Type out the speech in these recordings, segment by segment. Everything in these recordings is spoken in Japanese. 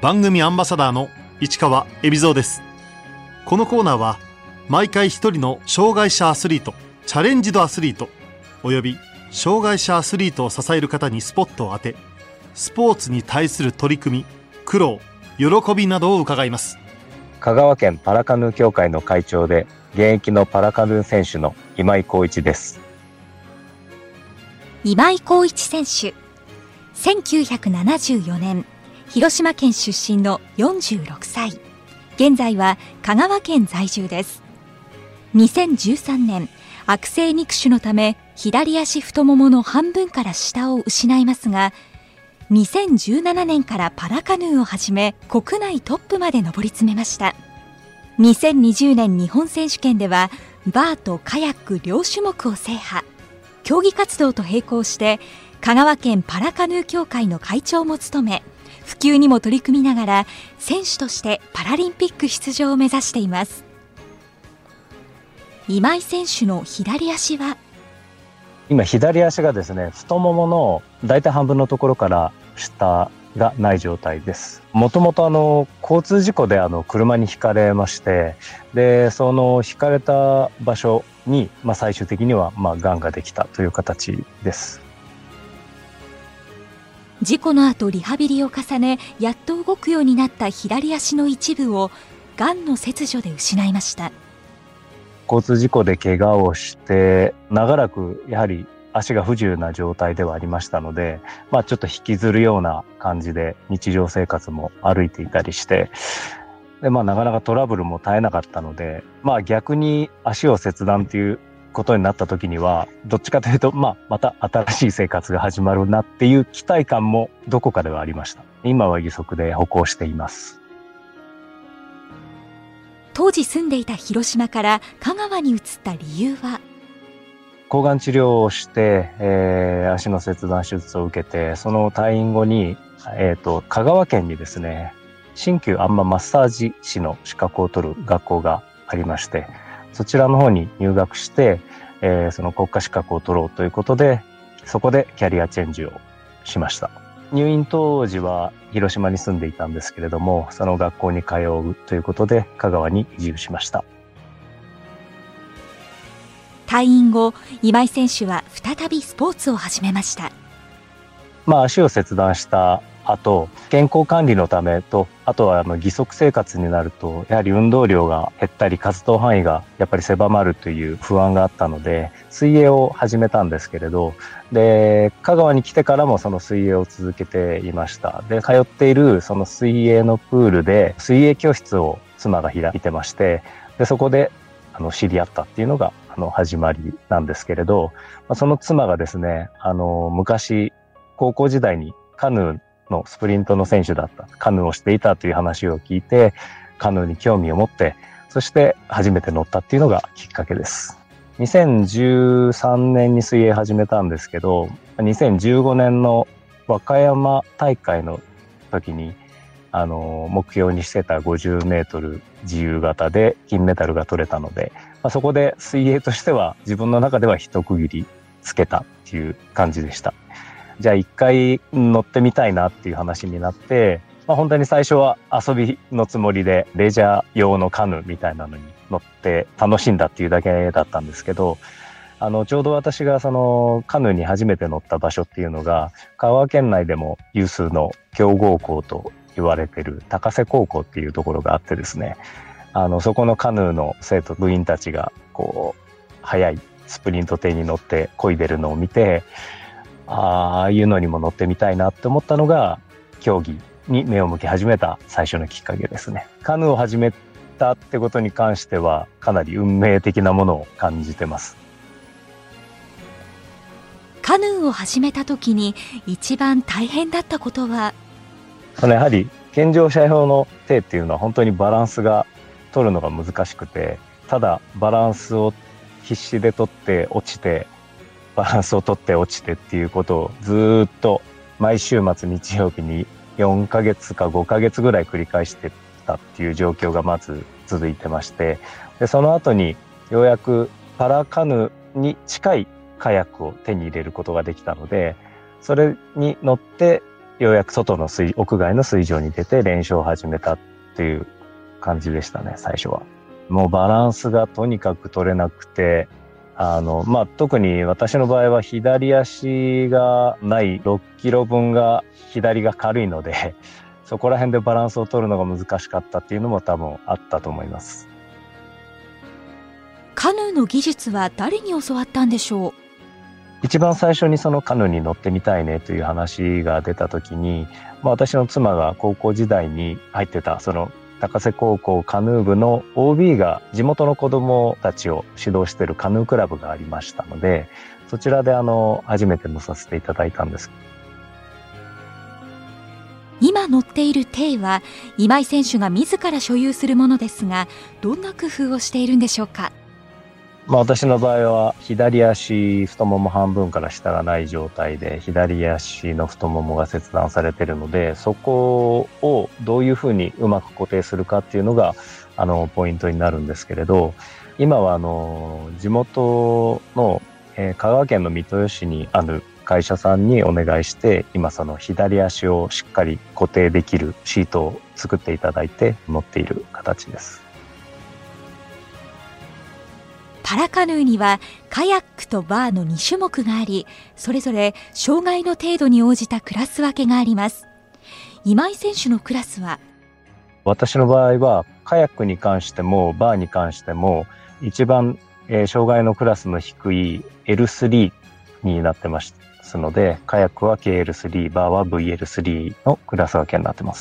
番組アンバサダーの市川恵比蔵です。このコーナーは毎回一人の障害者アスリート、チャレンジドアスリートおよび障害者アスリートを支える方にスポットを当て、スポーツに対する取り組み、苦労、喜びなどを伺います。 香川県パラカヌー協会の会長で現役のパラカヌー選手の今井浩一です。 今井浩一選手、1974年広島県出身の46歳、現在は香川県在住です。2013年悪性肉腫のため左足太ももの半分から下を失いますが、2017年からパラカヌーを始め国内トップまで上り詰めました。2020年日本選手権ではバーとカヤック両種目を制覇。競技活動と並行して香川県パラカヌー協会の会長も務め、普及にも取り組みながら選手としてパラリンピック出場を目指しています。今井選手の左足は、 今左足がですね、太ももの大体半分のところから下がない状態です。もともと交通事故で車にひかれまして、でそのひかれた場所に、最終的にはがんができたという形です。 事故の後リハビリを重ね、やっと動くようになった左足の一部をがんの切除で失いました。 交通事故で怪我をして長らくやはり足が不自由な状態ではありましたので、ちょっと引きずるような感じで日常生活も歩いていたりして、でなかなかトラブルも絶えなかったので、逆に足を切断ということになった時にはどっちかというとまた新しい生活が始まるなっていう期待感もどこかではありました。今は義足で歩行しています。 当時住んでいた広島から香川に移った理由は、 抗がん治療をして、足の切断手術を受けて、その退院後に、香川県にですね、鍼灸あんまマッサージ師の資格を取る学校がありまして、そちらの方に入学して、その国家資格を取ろうということで、そこでキャリアチェンジをしました。入院当時は広島に住んでいたんですけれども、その学校に通うということで香川に移住しました。 退院後、今井選手は再びスポーツを始めました。 足を切断した後、健康管理のためと、あとは義足生活になるとやはり運動量が減ったり活動範囲がやっぱり狭まるという不安があったので、水泳を始めたんですけれど、で香川に来てからもその水泳を続けていました。で通っているその水泳のプールで水泳教室を妻が開いてまして、でそこで知り合ったっていうのが始まりなんですけれど、その妻がですね、昔高校時代にカヌーのスプリントの選手だった、カヌーをしていたという話を聞いて、カヌーに興味を持って、そして初めて乗ったっていうのがきっかけです。2013年に水泳始めたんですけど、2015年の和歌山大会の時に目標にしてた50メートル自由形で金メダルが取れたので、そこで水泳としては自分の中では一区切りつけたっていう感じでした。じゃあ一回乗ってみたいなっていう話になって、本当に最初は遊びのつもりでレジャー用のカヌーみたいなのに乗って楽しんだっていうだけだったんですけど、ちょうど私がそのカヌーに初めて乗った場所っていうのが香川県内でも有数の強豪校と言われている高瀬高校っていうところがあってですね、そこのカヌーの生徒部員たちが速いスプリント艇に乗って漕いでるのを見て、ああいうのにも乗ってみたいなって思ったのが競技に目を向け始めた最初のきっかけですね。カヌーを始めたってことに関してはかなり運命的なものを感じてます。 カヌーを始めた時に一番大変だったことは、 やはり健常者用の艇っていうのは本当にバランスが取るのが難しくて、ただバランスを必死で取って落ちて、バランスを取って落ちてっていうことをずっと毎週末日曜日に4ヶ月か5ヶ月ぐらい繰り返してたっていう状況がまず続いてまして、でその後にようやくパラカヌーに近いカヤックを手に入れることができたので、それに乗ってようやく屋外の水上に出て練習を始めたっていう感じでしたね、最初は。もうバランスがとにかく取れなくて、特に私の場合は左足がない6キロ分が左が軽いので、そこら辺でバランスを取るのが難しかったっていうのも多分あったと思います。 カヌーの技術は誰に教わったんでしょう？ 一番最初にそのカヌーに乗ってみたいねという話が出た時に、私の妻が高校時代に入ってたその高瀬高校カヌー部の OB が地元の子どもたちを指導しているカヌークラブがありましたので、そちらで初めて乗させていただいたんです。 今乗っている艇は今井選手が自ら所有するものですが、どんな工夫をしているんでしょうか？ 私の場合は左足太もも半分から下がない状態で、左足の太ももが切断されているので、そこをどういうふうにうまく固定するかっていうのがポイントになるんですけれど、今は地元の香川県の三豊市にある会社さんにお願いして、今その左足をしっかり固定できるシートを作っていただいて乗っている形です。 パラカヌーにはカヤックとバーの2種目があり、それぞれ障害の程度に応じたクラス分けがあります。今井選手のクラスは？ 私の場合はカヤックに関してもバーに関しても一番、障害のクラスの低い L3 になってますので、カヤックは KL3、バーは VL3 のクラス分けになってます。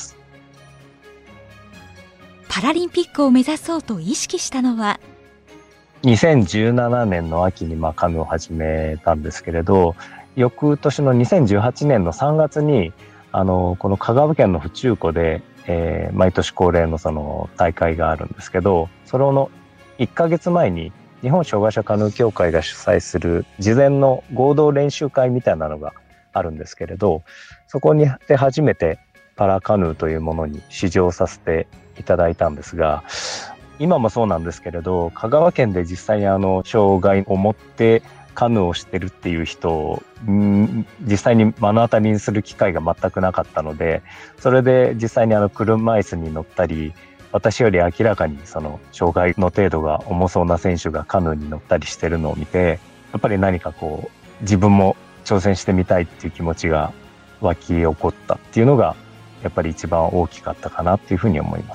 パラリンピックを目指そうと意識したのは？ 2017年の秋にカヌーを始めたんですけれど、翌年の2018年の3月にこの香川県の府中湖で、毎年恒例のその大会があるんですけど、それの1ヶ月前に日本障害者カヌー協会が主催する事前の合同練習会みたいなのがあるんですけれど、そこにで初めてパラカヌーというものに試乗させていただいたんですが、今もそうなんですけれど、香川県で実際に障害を持ってカヌーをしてるっていう人を実際に目の当たりにする機会が全くなかったので、それで実際に車椅子に乗ったり、私より明らかにその障害の程度が重そうな選手がカヌーに乗ったりしてるのを見て、やっぱり何か自分も挑戦してみたいっていう気持ちが湧き起こったっていうのがやっぱり一番大きかったかなっていうふうに思います。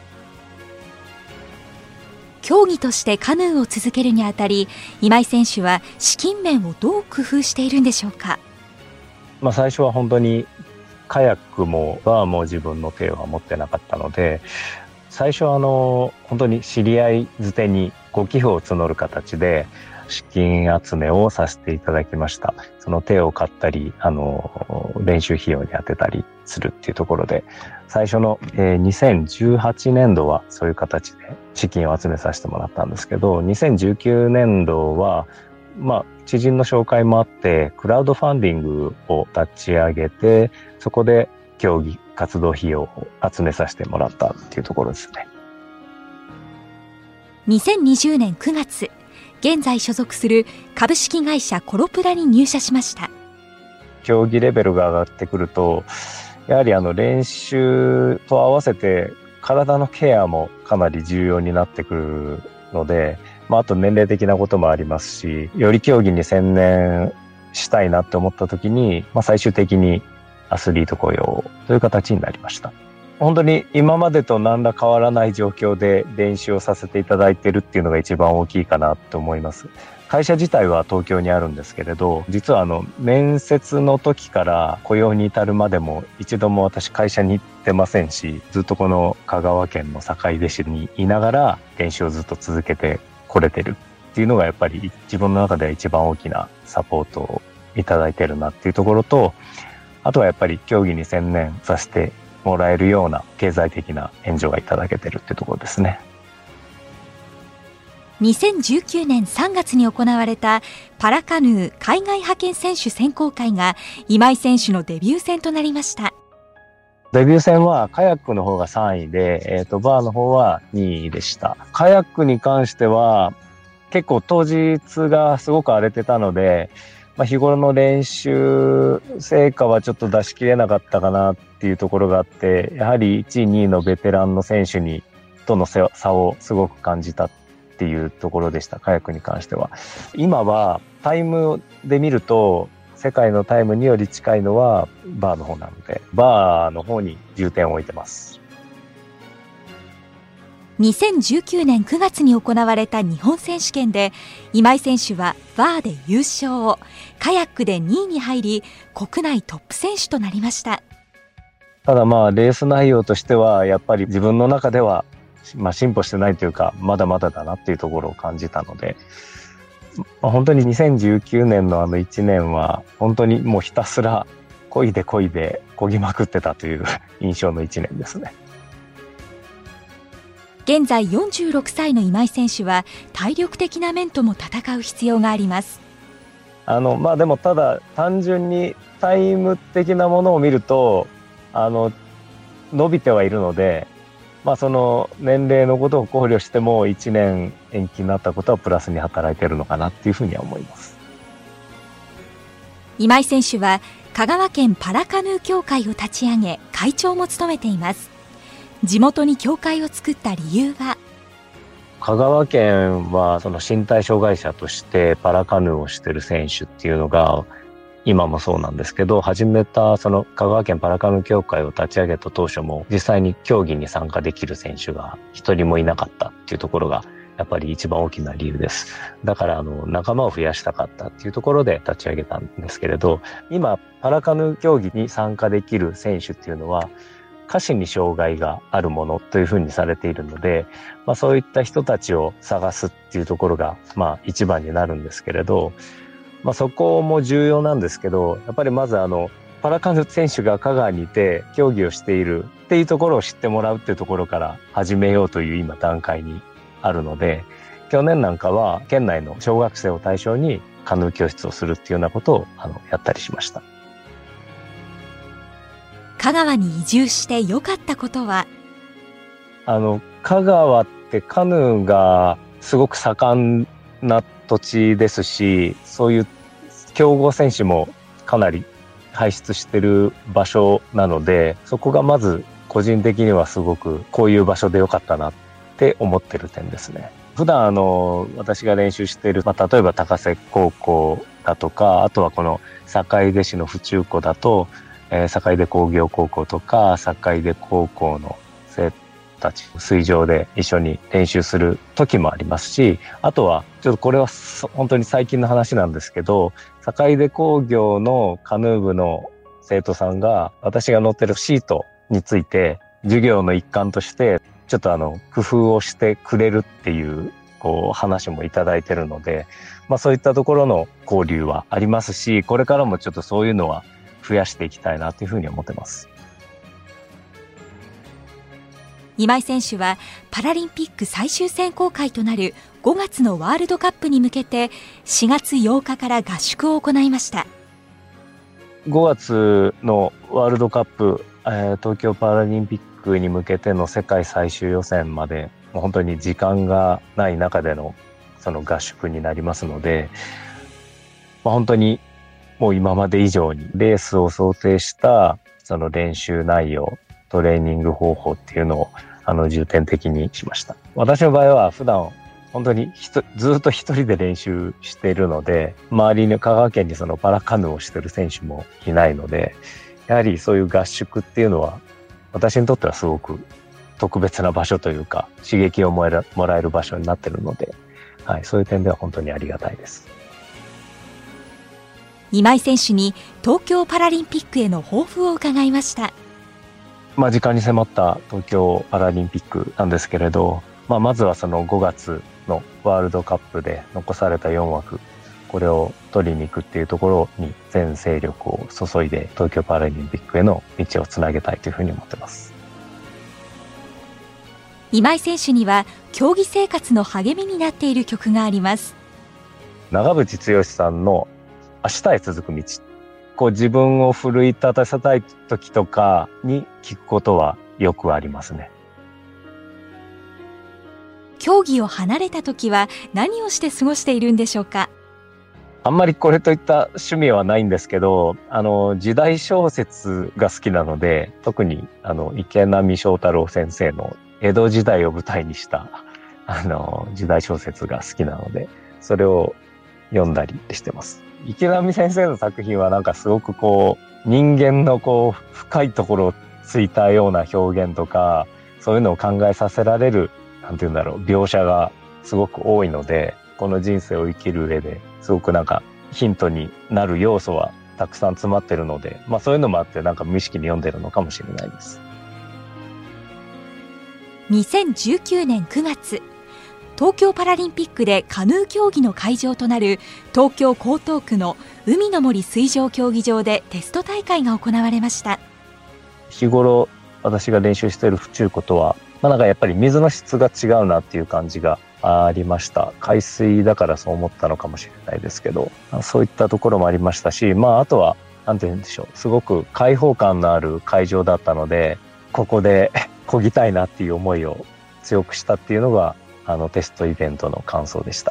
競技としてカヌーを続けるにあたり、今井選手は資金面をどう工夫しているんでしょうか？ 最初は本当にカヤックもバーも自分の手は持ってなかったので、最初は本当に知り合いづてにご寄付を募る形で資金集めをさせていただきました。その手を買ったり練習費用に充てたりするっていうところで、最初の、2018年度はそういう形で資金を集めさせてもらったんですけど、2019年度は知人の紹介もあってクラウドファンディングを立ち上げて、そこで競技活動費用を集めさせてもらったっていうところですね。 2020年9月、現在所属する株式会社コロプラに入社しました。 競技レベルが上がってくると、やはり練習と合わせて体のケアもかなり重要になってくるので、あと年齢的なこともありますし、より競技に専念したいなって思った時に、最終的にアスリート雇用という形になりました。本当に今までと何ら変わらない状況で練習をさせていただいているっていうのが一番大きいかなと思います。会社自体は東京にあるんですけれど、実は面接の時から雇用に至るまでも一度も私会社に行ってませんし、ずっとこの香川県の坂出市にいながら練習をずっと続けてこれてるっていうのがやっぱり自分の中では一番大きなサポートをいただいてるなっていうところと、あとはやっぱり競技に専念させてもらえるような経済的な援助がいただけてるっていうところですね。 2019年3月に行われたパラカヌー海外派遣選手選考会が今井選手のデビュー戦となりました。 デビュー戦はカヤックの方が3位で、バーの方は2位でした。カヤックに関しては結構当日がすごく荒れてたので、 日頃の練習成果はちょっと出し切れなかったかなっていうところがあって、やはり1位、2位のベテランの選手との差をすごく感じたっていうところでした、カヤックに関しては。今はタイムで見ると、世界のタイムにより近いのはバーの方なので、バーの方に重点を置いてます。 2019年9月に行われた日本選手権で今井選手はバーで優勝、カヤックで2位に入り国内トップ選手となりました。 ただレース内容としてはやっぱり自分の中では進歩してないというか、まだまだだなっていうところを感じたので、本当に2019年の1年は本当にもうひたすら漕いで漕ぎまくってたという印象の1年ですね。 現在46歳の今井選手は体力的な面とも戦う必要があります。 でもただ単純にタイム的なものを見ると伸びてはいるので、その年齢のことを考慮しても1年延期になったことはプラスに働いているのかなっていうふうには思います。 今井選手は香川県パラカヌー協会を立ち上げ会長も務めています。地元に協会を作った理由は、 香川県はその身体障害者としてパラカヌーをしている選手っていうのが今もそうなんですけど、始めたその香川県パラカヌー協会を立ち上げた当初も実際に競技に参加できる選手が一人もいなかったっていうところがやっぱり一番大きな理由です。だから仲間を増やしたかったっていうところで立ち上げたんですけれど、今パラカヌー競技に参加できる選手っていうのは下肢に障害があるものというふうにされているので、そういった人たちを探すっていうところが一番になるんですけれど、そこも重要なんですけど、やっぱりまずパラカヌー選手が香川にいて競技をしているっていうところを知ってもらうっていうところから始めようという今段階にあるので、去年なんかは県内の小学生を対象にカヌー教室をするっていうようなことをやったりしました。 香川に移住して良かったことは、 香川ってカヌーがすごく盛んな土地ですし、そういう強豪選手もかなり輩出してる場所なので、そこがまず個人的にはすごくこういう場所で良かったなって思ってる点ですね。普段私が練習している、例えば高瀬高校だとか、あとはこの坂出市の府中湖だと坂出工業高校とか坂出高校の生徒たち水上で一緒に練習する時もありますし、あとはちょっとこれは本当に最近の話なんですけど、坂出工業のカヌー部の生徒さんが私が乗ってるシートについて授業の一環としてちょっと工夫をしてくれるっていう話もいただいてるので、そういったところの交流はありますし、これからもちょっとそういうのは増やしていきたいなというふうに思ってます。 今井選手はパラリンピック最終選考会となる5月のワールドカップに向けて4月8日から合宿を行いました。 5月のワールドカップ、東京パラリンピックに向けての世界最終予選まで本当に時間がない中でのその合宿になりますので、本当にもう今まで以上にレースを想定したその練習内容、トレーニング方法っていうのを重点的にしました。私の場合は普段本当にずっと一人で練習しているので、周りの香川県にそのパラカヌーをしている選手もいないので、やはりそういう合宿っていうのは私にとってはすごく特別な場所というか刺激をもらえる場所になっているので、そういう点では本当にありがたいです。 今井選手に東京パラリンピックへの抱負を伺いました。 時間に迫った東京パラリンピックなんですけれど、まずはその5月のワールドカップで残された4枠、これを取りに行くっていうところに全精力を注いで東京パラリンピックへの道をつなげたいというふうに思ってます。 今井選手には競技生活の励みになっている曲があります。 長渕剛さんの明日へ続く道、自分を奮い立たせたい時とかに聞くことはよくありますね。 競技を離れた時は何をして過ごしているんでしょうか。 あんまりこれといった趣味はないんですけど、時代小説が好きなので、特に池波正太郎先生の江戸時代を舞台にした時代小説が好きなので、それを読んだりしてます。池波先生の作品はなんかすごく人間の深いところをついたような表現とか、そういうのを考えさせられる、描写がすごく多いので、この人生を生きる上ですごくヒントになる要素はたくさん詰まってるので、そういうのもあって無意識に読んでるのかもしれないです。 2019年9月、東京パラリンピックでカヌー競技の会場となる東京江東区の海の森水上競技場でテスト大会が行われました。 日頃私が練習している中古とは、やっぱり水の質が違うなっていう感じがありました。海水だからそう思ったのかもしれないですけど、そういったところもありましたし、あとはすごく開放感のある会場だったので、ここで漕ぎたいなっていう思いを強くしたっていうのがテストイベントの感想でした。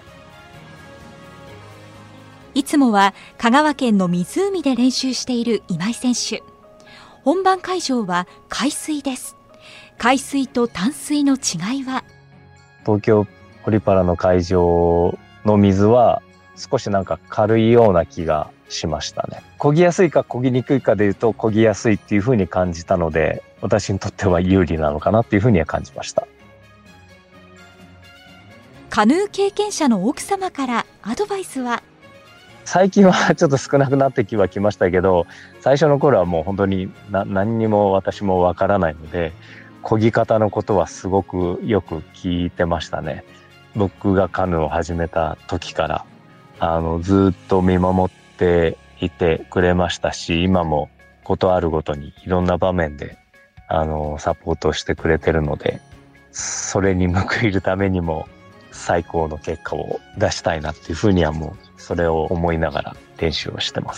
いつもは香川県の湖で練習している今井選手。本番会場は海水です。海水と淡水の違いは？ 東京オリパラの会場の水は少し軽いような気がしましたね。漕ぎやすいか漕ぎにくいかでいうと漕ぎやすいっていう風に感じたので、私にとっては有利なのかなっていう風には感じました。 カヌー経験者の奥様からアドバイスは？ 最近はちょっと少なくなってきましたけど、最初の頃はもう本当に何にも私もわからないので、漕ぎ方のことはすごくよく聞いてましたね。僕がカヌーを始めた時からずっと見守っていてくれましたし、今もことあるごとにいろんな場面でサポートしてくれてるので、それに報いるためにも最高の結果を出したいなっていうふうにはもうそれを思いながら練習をしてます。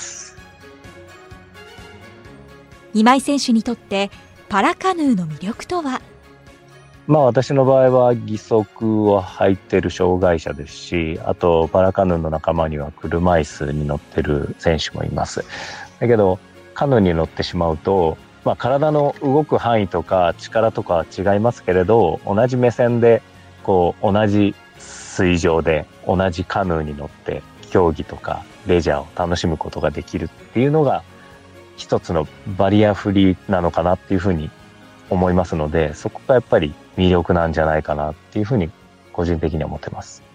今井選手にとってパラカヌーの魅力とは？ 私の場合は義足を履いてる障害者ですし、あとパラカヌーの仲間には車椅子に乗ってる選手もいます。だけどカヌーに乗ってしまうと、体の動く範囲とか力とかは違いますけれど、同じ目線で同じ水上で同じカヌーに乗って競技とかレジャーを楽しむことができるっていうのが一つのバリアフリーなのかなっていうふうに思いますので、そこがやっぱり魅力なんじゃないかなっていうふうに個人的には思ってます。